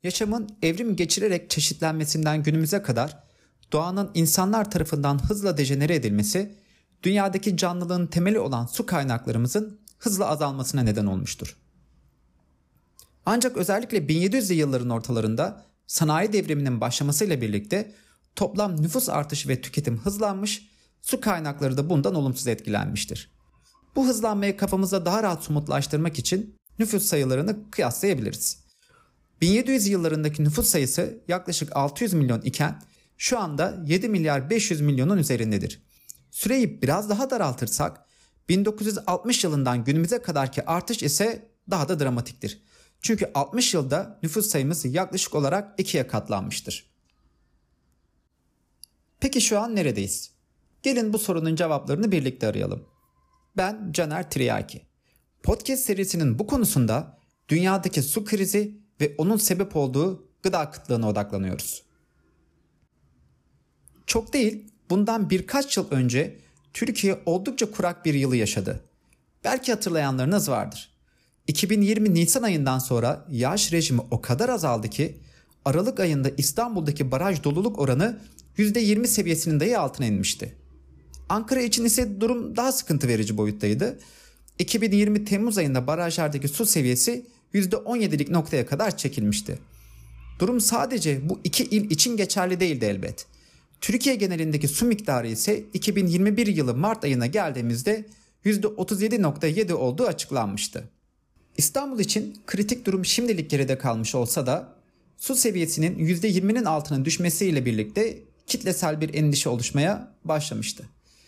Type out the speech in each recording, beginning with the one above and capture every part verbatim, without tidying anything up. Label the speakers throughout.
Speaker 1: Yaşamın evrim geçirerek çeşitlenmesinden günümüze kadar doğanın insanlar tarafından hızla dejenere edilmesi, dünyadaki canlılığın temeli olan su kaynaklarımızın hızla azalmasına neden olmuştur. Ancak özellikle bin yedi yüzlü yılların ortalarında sanayi devriminin başlamasıyla birlikte toplam nüfus artışı ve tüketim hızlanmış, su kaynakları da bundan olumsuz etkilenmiştir. Bu hızlanmayı kafamıza daha rahat somutlaştırmak için nüfus sayılarını kıyaslayabiliriz. bin yedi yüz yıllarındaki nüfus sayısı yaklaşık altı yüz milyon iken şu anda yedi milyar beş yüz milyonun üzerindedir. Süreyi biraz daha daraltırsak bin dokuz yüz altmış yılından günümüze kadarki artış ise daha da dramatiktir. Çünkü altmış yılda nüfus sayımız yaklaşık olarak ikiye katlanmıştır. Peki şu an neredeyiz? Gelin bu sorunun cevaplarını birlikte arayalım. Ben Caner Tiryaki. Podcast serisinin bu konusunda dünyadaki su krizi ve onun sebep olduğu gıda kıtlığına odaklanıyoruz. Çok değil, bundan birkaç yıl önce Türkiye oldukça kurak bir yılı yaşadı. Belki hatırlayanlarınız vardır. iki bin yirmi Nisan ayından sonra yağış rejimi o kadar azaldı ki Aralık ayında İstanbul'daki baraj doluluk oranı yüzde yirmi seviyesinin dahi altına inmişti. Ankara için ise durum daha sıkıntı verici boyuttaydı. iki bin yirmi Temmuz ayında barajlardaki su seviyesi yüzde on yedilik noktaya kadar çekilmişti. Durum sadece bu iki il için geçerli değildi elbet. Türkiye genelindeki su miktarı ise iki bin yirmi bir yılı Mart ayına geldiğimizde yüzde otuz yedi virgül yedi olduğu açıklanmıştı. İstanbul için kritik durum şimdilik geride kalmış olsa da su seviyesinin yüzde yirminin altına düşmesiyle birlikte kitlesel bir endişe oluşmaya başlamıştı.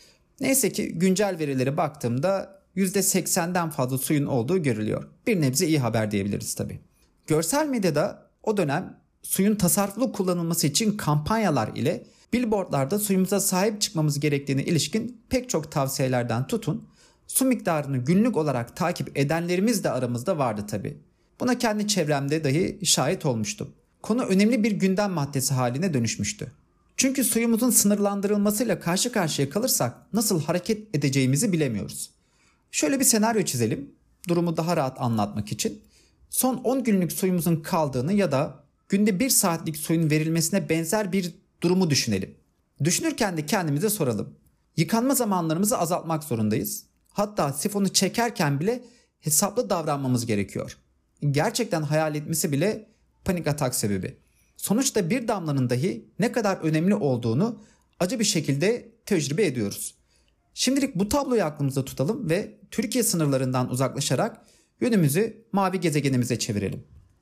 Speaker 1: Neyse ki güncel verilere baktığımda yüzde seksenden fazla suyun olduğu görülüyor. Bir nebze iyi haber diyebiliriz tabii. Görsel medyada o dönem suyun tasarruflu kullanılması için kampanyalar ile billboardlarda suyumuza sahip çıkmamız gerektiğine ilişkin pek çok tavsiyelerden tutun, su miktarını günlük olarak takip edenlerimiz de aramızda vardı tabii. Buna kendi çevremde dahi şahit olmuştum. Konu önemli bir gündem maddesi haline dönüşmüştü. Çünkü suyumuzun sınırlandırılmasıyla karşı karşıya kalırsak nasıl hareket edeceğimizi bilemiyoruz. Şöyle bir senaryo çizelim, durumu daha rahat anlatmak için. Son on günlük suyumuzun kaldığını ya da günde bir saatlik suyun verilmesine benzer bir durumu düşünelim. Düşünürken de kendimize soralım. Yıkanma zamanlarımızı azaltmak zorundayız. Hatta sifonu çekerken bile hesaplı davranmamız gerekiyor. Gerçekten hayal etmesi bile panik atak sebebi. Sonuçta bir damlanın dahi ne kadar önemli olduğunu acı bir şekilde tecrübe ediyoruz. Şimdilik bu tabloyu aklımızda tutalım ve Türkiye sınırlarından uzaklaşarak yönümüzü mavi gezegenimize çevirelim.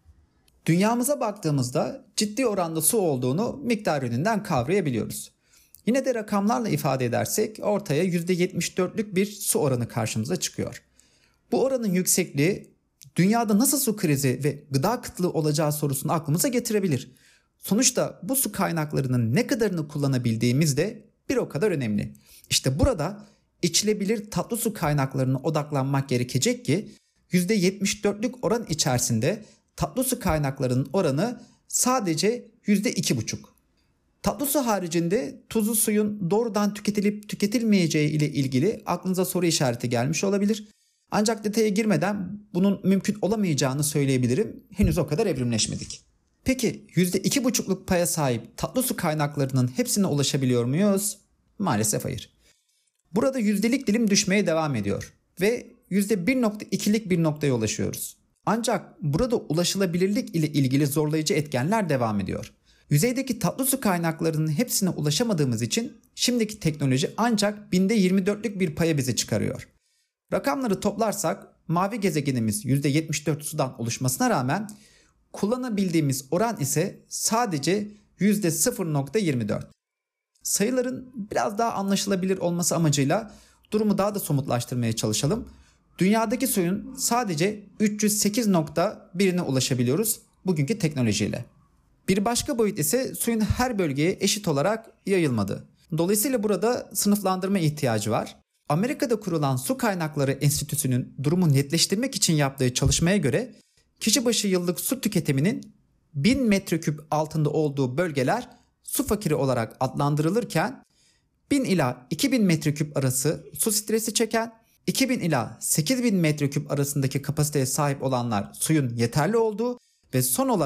Speaker 1: Dünyamıza baktığımızda ciddi oranda su olduğunu miktar yönünden kavrayabiliyoruz. Yine de rakamlarla ifade edersek ortaya yüzde yetmiş dörtlük bir su oranı karşımıza çıkıyor. Bu oranın yüksekliği dünyada nasıl su krizi ve gıda kıtlığı olacağı sorusunu aklımıza getirebilir. Sonuçta bu su kaynaklarının ne kadarını kullanabildiğimiz de bir o kadar önemli. İşte burada içilebilir tatlı su kaynaklarına odaklanmak gerekecek ki yüzde yetmiş dörtlük oran içerisinde tatlı su kaynaklarının oranı sadece yüzde iki buçuk. Tatlı su haricinde tuzlu suyun doğrudan tüketilip tüketilmeyeceği ile ilgili aklınıza soru işareti gelmiş olabilir. Ancak detaya girmeden bunun mümkün olamayacağını söyleyebilirim. Henüz o kadar evrimleşmedik. Peki yüzde iki buçukluk paya sahip tatlı su kaynaklarının hepsine ulaşabiliyor muyuz? Maalesef hayır. Burada yüzdelik dilim düşmeye devam ediyor ve yüzde bir virgül ikilik bir noktaya ulaşıyoruz. Ancak burada ulaşılabilirlik ile ilgili zorlayıcı etkenler devam ediyor. Yüzeydeki tatlı su kaynaklarının hepsine ulaşamadığımız için şimdiki teknoloji ancak binde yirmi dörtlük bir paya bizi çıkarıyor. Rakamları toplarsak mavi gezegenimiz yüzde yetmiş dört sudan oluşmasına rağmen kullanabildiğimiz oran ise sadece yüzde sıfır virgül yirmi dört. Sayıların biraz daha anlaşılabilir olması amacıyla durumu daha da somutlaştırmaya çalışalım. Dünyadaki suyun sadece üç yüz sekiz virgül birine ulaşabiliyoruz bugünkü teknolojiyle. Bir başka boyut ise suyun her bölgeye eşit olarak yayılmadığı. Dolayısıyla burada sınıflandırma ihtiyacı var. Amerika'da kurulan Su Kaynakları Enstitüsü'nün durumu netleştirmek için yaptığı çalışmaya göre kişi başı yıllık su tüketiminin bin metreküp altında olduğu bölgeler su fakiri olarak adlandırılırken bin ila iki bin metreküp arası su stresi çeken, iki bin ila sekiz bin metreküp arasındaki kapasiteye sahip olanlar suyun yeterli olduğu ve son olarak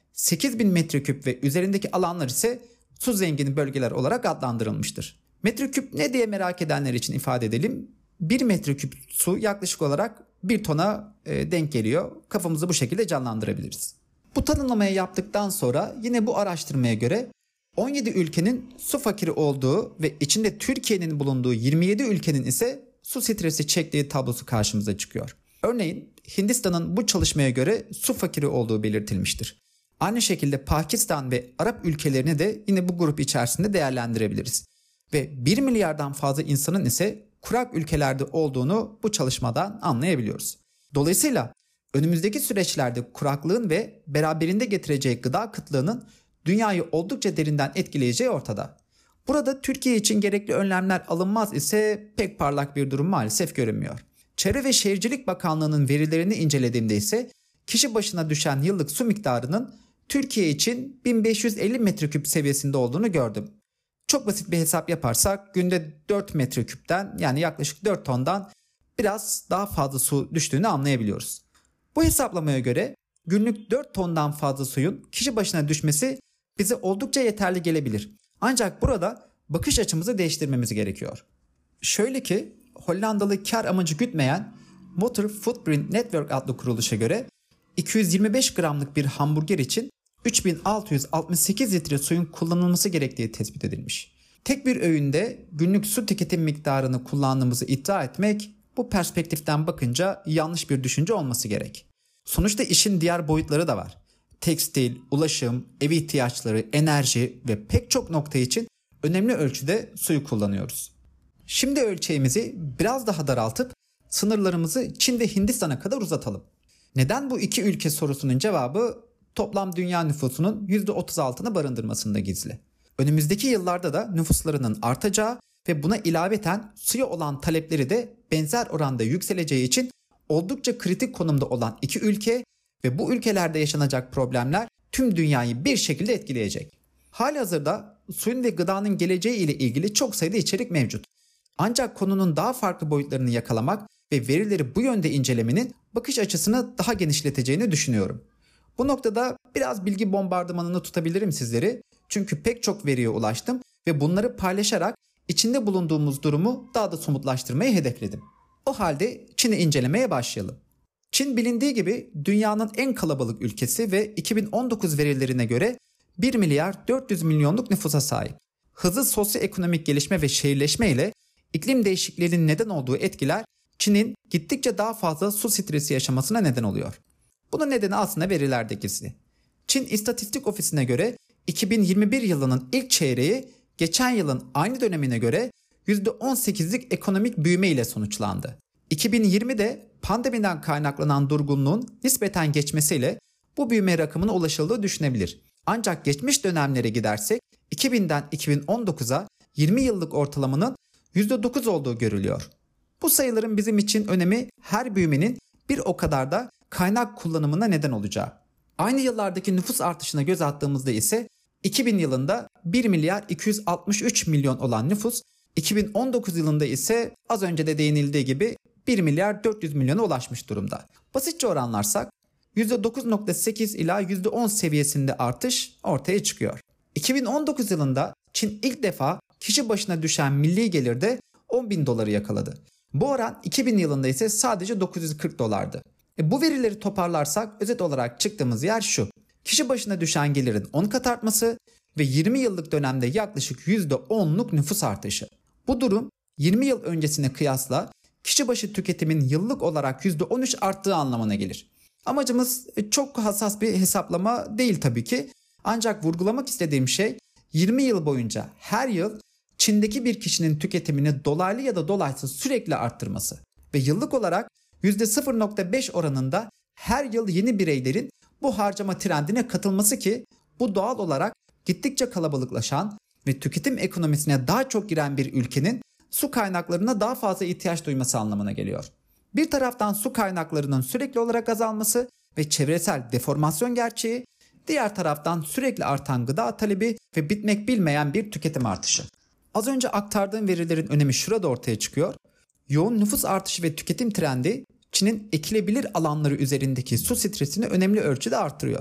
Speaker 1: sekiz bin metreküp ve üzerindeki alanlar ise su zengini bölgeler olarak adlandırılmıştır. Metreküp ne diye merak edenler için ifade edelim. bir metreküp su yaklaşık olarak bir tona e, denk geliyor. Kafamızı bu şekilde canlandırabiliriz. Bu tanımlamayı yaptıktan sonra yine bu araştırmaya göre on yedi ülkenin su fakiri olduğu ve içinde Türkiye'nin bulunduğu yirmi yedi ülkenin ise su stresi çektiği tablosu karşımıza çıkıyor. Örneğin Hindistan'ın bu çalışmaya göre su fakiri olduğu belirtilmiştir. Aynı şekilde Pakistan ve Arap ülkelerini de yine bu grup içerisinde değerlendirebiliriz. Ve bir milyardan fazla insanın ise kurak ülkelerde olduğunu bu çalışmadan anlayabiliyoruz. Dolayısıyla önümüzdeki süreçlerde kuraklığın ve beraberinde getireceği gıda kıtlığının dünyayı oldukça derinden etkileyeceği ortada. Burada Türkiye için gerekli önlemler alınmaz ise pek parlak bir durum maalesef görünmüyor. Çevre ve Şehircilik Bakanlığı'nın verilerini incelediğimde ise kişi başına düşen yıllık su miktarının Türkiye için bin beş yüz elli metreküp seviyesinde olduğunu gördüm. Çok basit bir hesap yaparsak günde dört metreküpten yani yaklaşık dört tondan biraz daha fazla su düştüğünü anlayabiliyoruz. Bu hesaplamaya göre günlük dört tondan fazla suyun kişi başına düşmesi bize oldukça yeterli gelebilir. Ancak burada bakış açımızı değiştirmemiz gerekiyor. Şöyle ki Hollandalı kar amacı gütmeyen Water Footprint Network adlı kuruluşa göre iki yüz yirmi beş gramlık bir hamburger için üç bin altı yüz altmış sekiz litre suyun kullanılması gerektiği tespit edilmiş. Tek bir öğünde günlük su tüketim miktarını kullandığımızı iddia etmek bu perspektiften bakınca yanlış bir düşünce olması gerek. Sonuçta işin diğer boyutları da var. Tekstil, ulaşım, ev ihtiyaçları, enerji ve pek çok nokta için önemli ölçüde suyu kullanıyoruz. Şimdi ölçeğimizi biraz daha daraltıp sınırlarımızı Çin ve Hindistan'a kadar uzatalım. Neden bu iki ülke sorusunun cevabı toplam dünya nüfusunun yüzde otuz altını barındırmasında gizli. Önümüzdeki yıllarda da nüfuslarının artacağı ve buna ilaveten suya olan talepleri de benzer oranda yükseleceği için oldukça kritik konumda olan iki ülke ve bu ülkelerde yaşanacak problemler tüm dünyayı bir şekilde etkileyecek. Halihazırda suyun ve gıdanın geleceği ile ilgili çok sayıda içerik mevcut. Ancak konunun daha farklı boyutlarını yakalamak ve verileri bu yönde incelemenin bakış açısını daha genişleteceğini düşünüyorum. Bu noktada biraz bilgi bombardımanını tutabilirim sizleri. Çünkü pek çok veriye ulaştım ve bunları paylaşarak içinde bulunduğumuz durumu daha da somutlaştırmayı hedefledim. O halde Çin'i incelemeye başlayalım. Çin bilindiği gibi dünyanın en kalabalık ülkesi ve iki bin on dokuz verilerine göre bir milyar dört yüz milyonluk nüfusa sahip. Hızlı sosyoekonomik gelişme ve şehirleşme ile iklim değişikliğinin neden olduğu etkiler Çin'in gittikçe daha fazla su stresi yaşamasına neden oluyor. Bunun nedeni aslında verilerde gizli. Çin İstatistik Ofisi'ne göre iki bin yirmi bir yılının ilk çeyreği geçen yılın aynı dönemine göre yüzde on sekizlik ekonomik büyüme ile sonuçlandı. iki bin yirmide pandemiden kaynaklanan durgunluğun nispeten geçmesiyle bu büyüme rakamına ulaşıldığı düşünebilir. Ancak geçmiş dönemlere gidersek iki binden iki bin on dokuza yirmi yıllık ortalamanın yüzde dokuz olduğu görülüyor. Bu sayıların bizim için önemi her büyümenin bir o kadar da kaynak kullanımına neden olacağı. Aynı yıllardaki nüfus artışına göz attığımızda ise iki bin yılında bir milyar iki yüz altmış üç milyon olan nüfus iki bin on dokuz yılında ise az önce de değinildiği gibi bir milyar dört yüz milyona ulaşmış durumda. Basitçe oranlarsak yüzde dokuz virgül sekiz ila yüzde on seviyesinde artış ortaya çıkıyor. iki bin on dokuz yılında Çin ilk defa kişi başına düşen milli gelirde on bin doları yakaladı. Bu oran iki bin yılında ise sadece dokuz yüz kırk dolardı. E bu verileri toparlarsak özet olarak çıktığımız yer şu. Kişi başına düşen gelirin on kat artması ve yirmi yıllık dönemde yaklaşık yüzde onluk nüfus artışı. Bu durum yirmi yıl öncesine kıyasla kişi başı tüketimin yıllık olarak yüzde on üç arttığı anlamına gelir. Amacımız çok hassas bir hesaplama değil tabii ki. Ancak vurgulamak istediğim şey yirmi yıl boyunca her yıl Çin'deki bir kişinin tüketimini dolaylı ya da dolaysız sürekli arttırması ve yıllık olarak yüzde sıfır virgül beş oranında her yıl yeni bireylerin bu harcama trendine katılması ki bu doğal olarak gittikçe kalabalıklaşan ve tüketim ekonomisine daha çok giren bir ülkenin su kaynaklarına daha fazla ihtiyaç duyması anlamına geliyor. Bir taraftan su kaynaklarının sürekli olarak azalması ve çevresel deformasyon gerçeği, diğer taraftan sürekli artan gıda talebi ve bitmek bilmeyen bir tüketim artışı. Az önce aktardığım verilerin önemi şurada ortaya çıkıyor. Yoğun nüfus artışı ve tüketim trendi Çin'in ekilebilir alanları üzerindeki su stresini önemli ölçüde artırıyor.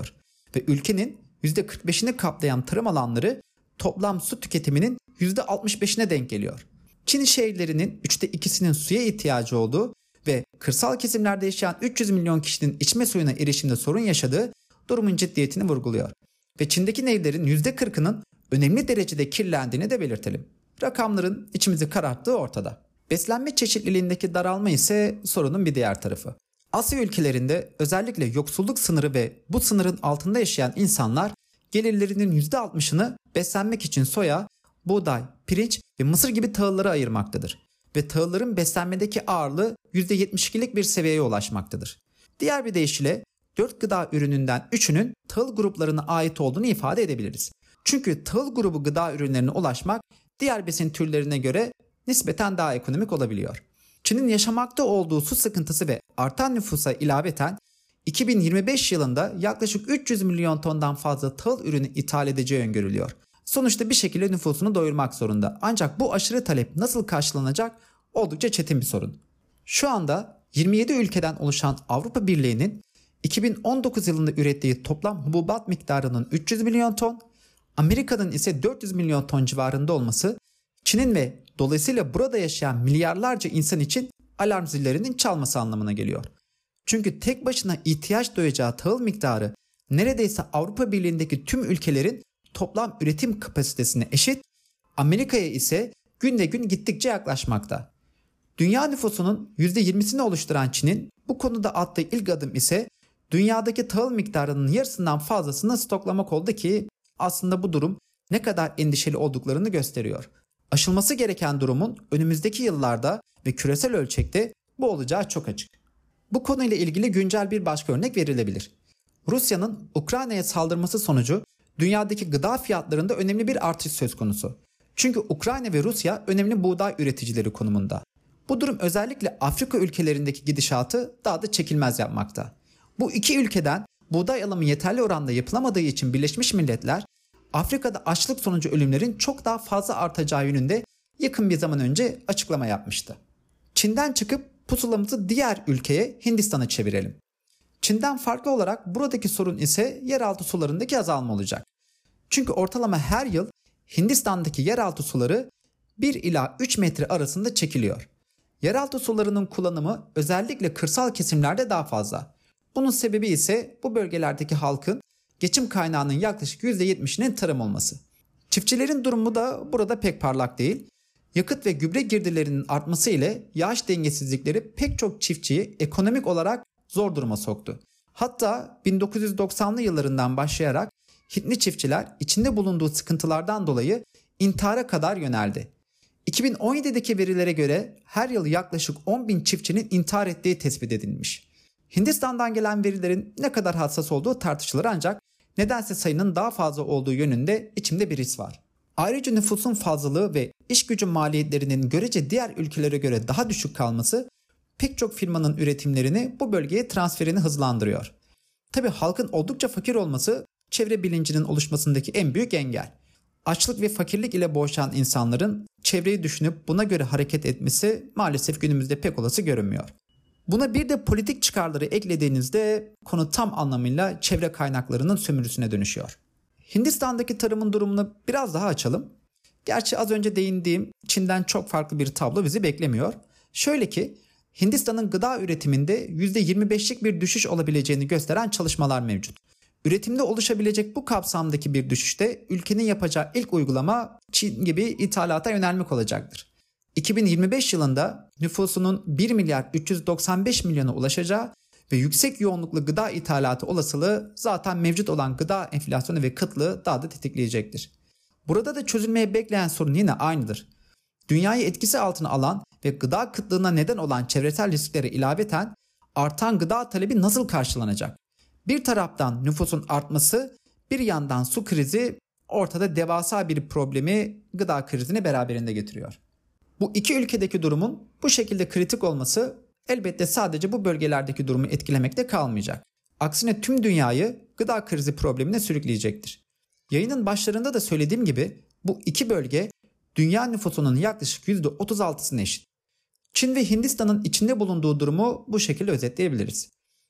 Speaker 1: ve ülkenin yüzde kırk beşini kaplayan tarım alanları toplam su tüketiminin yüzde altmış beşine denk geliyor. Çin şehirlerinin üçte ikisinin suya ihtiyacı olduğu ve kırsal kesimlerde yaşayan üç yüz milyon kişinin içme suyuna erişimde sorun yaşadığı durumun ciddiyetini vurguluyor. Ve Çin'deki nehirlerin yüzde kırkının önemli derecede kirlendiğini de belirtelim. Rakamların içimizi kararttığı ortada. Beslenme çeşitliliğindeki daralma ise sorunun bir diğer tarafı. Asya ülkelerinde özellikle yoksulluk sınırı ve bu sınırın altında yaşayan insanlar gelirlerinin yüzde altmışını beslenmek için soya, buğday, pirinç ve mısır gibi tahıllara ayırmaktadır. Ve tahılların beslenmedeki ağırlığı yüzde yetmiş ikilik bir seviyeye ulaşmaktadır. Diğer bir deyişle dört gıda ürününden üçünün tahıl gruplarına ait olduğunu ifade edebiliriz. Çünkü tahıl grubu gıda ürünlerine ulaşmak diğer besin türlerine göre nispeten daha ekonomik olabiliyor. Çin'in yaşamakta olduğu su sıkıntısı ve artan nüfusa ilaveten iki bin yirmi beş yılında yaklaşık üç yüz milyon tondan fazla tahıl ürünü ithal edeceği öngörülüyor. Sonuçta bir şekilde nüfusunu doyurmak zorunda. Ancak bu aşırı talep nasıl karşılanacak oldukça çetin bir sorun. Şu anda yirmi yedi ülkeden oluşan Avrupa Birliği'nin iki bin on dokuz yılında ürettiği toplam hububat miktarının üç yüz milyon ton, Amerika'nın ise dört yüz milyon ton civarında olması Çin'in ve dolayısıyla burada yaşayan milyarlarca insan için alarm zillerinin çalması anlamına geliyor. Çünkü tek başına ihtiyaç duyacağı tahıl miktarı neredeyse Avrupa Birliği'ndeki tüm ülkelerin toplam üretim kapasitesine eşit, Amerika'ya ise günle gün gittikçe yaklaşmakta. Dünya nüfusunun yüzde yirmisini oluşturan Çin'in bu konuda attığı ilk adım ise dünyadaki tahıl miktarının yarısından fazlasını stoklamak oldu ki aslında bu durum ne kadar endişeli olduklarını gösteriyor. Aşılması gereken durumun önümüzdeki yıllarda ve küresel ölçekte bu olacağı çok açık. Bu konuyla ilgili güncel bir başka örnek verilebilir. Rusya'nın Ukrayna'ya saldırması sonucu dünyadaki gıda fiyatlarında önemli bir artış söz konusu. Çünkü Ukrayna ve Rusya önemli buğday üreticileri konumunda. Bu durum özellikle Afrika ülkelerindeki gidişatı daha da çekilmez yapmakta. Bu iki ülkeden buğday alımı yeterli oranda yapılamadığı için Birleşmiş Milletler, Afrika'da açlık sonucu ölümlerin çok daha fazla artacağı yönünde yakın bir zaman önce açıklama yapmıştı. Çin'den çıkıp pusulamızı diğer ülkeye, Hindistan'a çevirelim. Çin'den farklı olarak buradaki sorun ise yeraltı sularındaki azalma olacak. Çünkü ortalama her yıl Hindistan'daki yeraltı suları bir ila üç metre arasında çekiliyor. Yeraltı sularının kullanımı özellikle kırsal kesimlerde daha fazla. Bunun sebebi ise bu bölgelerdeki halkın geçim kaynağının yaklaşık yüzde yetmişinin tarım olması. Çiftçilerin durumu da burada pek parlak değil. Yakıt ve gübre girdilerinin artması ile yağış dengesizlikleri pek çok çiftçiyi ekonomik olarak zor duruma soktu. Hatta bin dokuz yüz doksanlı yıllarından başlayarak Hintli çiftçiler içinde bulunduğu sıkıntılardan dolayı intihara kadar yöneldi. iki bin on yedideki verilere göre her yıl yaklaşık on bin çiftçinin intihar ettiği tespit edilmiş. Hindistan'dan gelen verilerin ne kadar hassas olduğu tartışılır ancak nedense sayının daha fazla olduğu yönünde içimde bir his var. Ayrıca nüfusun fazlalığı ve iş gücü maliyetlerinin görece diğer ülkelere göre daha düşük kalması pek çok firmanın üretimlerini bu bölgeye transferini hızlandırıyor. Tabii halkın oldukça fakir olması çevre bilincinin oluşmasındaki en büyük engel. Açlık ve fakirlik ile boğuşan insanların çevreyi düşünüp buna göre hareket etmesi maalesef günümüzde pek olası görünmüyor. Buna bir de politik çıkarları eklediğinizde konu tam anlamıyla çevre kaynaklarının sömürüsüne dönüşüyor. Hindistan'daki tarımın durumunu biraz daha açalım. Gerçi az önce değindiğim Çin'den çok farklı bir tablo bizi beklemiyor. Şöyle ki Hindistan'ın gıda üretiminde yüzde yirmi beşlik bir düşüş olabileceğini gösteren çalışmalar mevcut. Üretimde oluşabilecek bu kapsamdaki bir düşüşte ülkenin yapacağı ilk uygulama Çin gibi ithalata yönelmek olacaktır. iki bin yirmi beş yılında nüfusunun bir milyar üç yüz doksan beş milyona ulaşacağı ve yüksek yoğunluklu gıda ithalatı olasılığı zaten mevcut olan gıda enflasyonu ve kıtlığı daha da tetikleyecektir. Burada da çözülmeye bekleyen sorun yine aynıdır. Dünyayı etkisi altına alan ve gıda kıtlığına neden olan çevresel risklere ilaveten artan gıda talebi nasıl karşılanacak? Bir taraftan nüfusun artması, bir yandan su krizi ortada devasa bir problemi, gıda krizini beraberinde getiriyor. Bu iki ülkedeki durumun bu şekilde kritik olması elbette sadece bu bölgelerdeki durumu etkilemekte kalmayacak. Aksine tüm dünyayı gıda krizi problemine sürükleyecektir. Yayının başlarında da söylediğim gibi bu iki bölge dünya nüfusunun yaklaşık yüzde otuz altısına eşit. Çin ve Hindistan'ın içinde bulunduğu durumu bu şekilde özetleyebiliriz.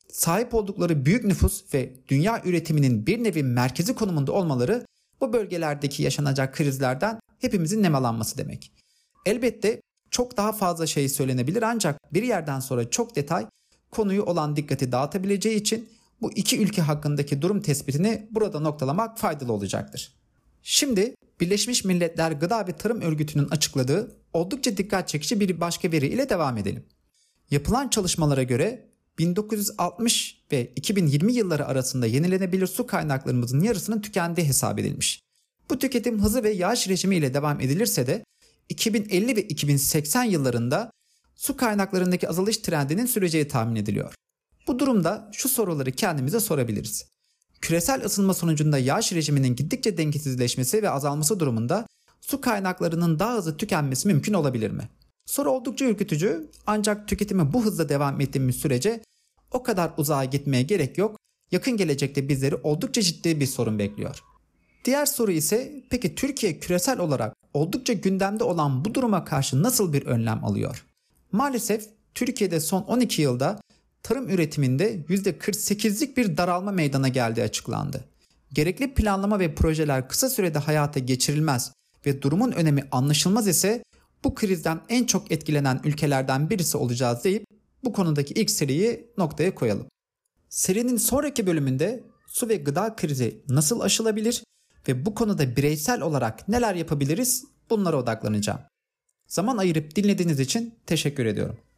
Speaker 1: sahip oldukları büyük nüfus ve dünya üretiminin bir nevi merkezi konumunda olmaları bu bölgelerdeki yaşanacak krizlerden hepimizin nemalanması demek. Elbette çok daha fazla şey söylenebilir ancak bir yerden sonra çok detay konuyu olan dikkati dağıtabileceği için bu iki ülke hakkındaki durum tespitini burada noktalamak faydalı olacaktır. Şimdi Birleşmiş Milletler Gıda ve Tarım Örgütü'nün açıkladığı oldukça dikkat çekici bir başka veri ile devam edelim. Yapılan çalışmalara göre bin dokuz yüz altmış ve iki bin yirmi yılları arasında yenilenebilir su kaynaklarımızın yarısının tükendiği hesap edilmiş. Bu tüketim hızı ve yağış rejimi ile devam edilirse de iki bin elli ve iki bin seksen yıllarında su kaynaklarındaki azalış trendinin süreceği tahmin ediliyor. Bu durumda şu soruları kendimize sorabiliriz. Küresel ısınma sonucunda yağış rejiminin gittikçe dengesizleşmesi ve azalması durumunda su kaynaklarının daha hızlı tükenmesi mümkün olabilir mi? Soru oldukça ürkütücü ancak tüketime bu hızla devam ettiğimiz sürece o kadar uzağa gitmeye gerek yok. Yakın gelecekte bizleri oldukça ciddi bir sorun bekliyor. Diğer soru ise peki Türkiye küresel olarak oldukça gündemde olan bu duruma karşı nasıl bir önlem alıyor? Maalesef Türkiye'de son on iki yılda tarım üretiminde yüzde kırk sekizlik bir daralma meydana geldiği açıklandı. Gerekli planlama ve projeler kısa sürede hayata geçirilmez ve durumun önemi anlaşılmaz ise bu krizden en çok etkilenen ülkelerden birisi olacağız deyip bu konudaki ilk seriyi noktaya koyalım. Serinin sonraki bölümünde su ve gıda krizi nasıl aşılabilir ve bu konuda bireysel olarak neler yapabiliriz bunlara odaklanacağım. Zaman ayırıp dinlediğiniz için teşekkür ediyorum.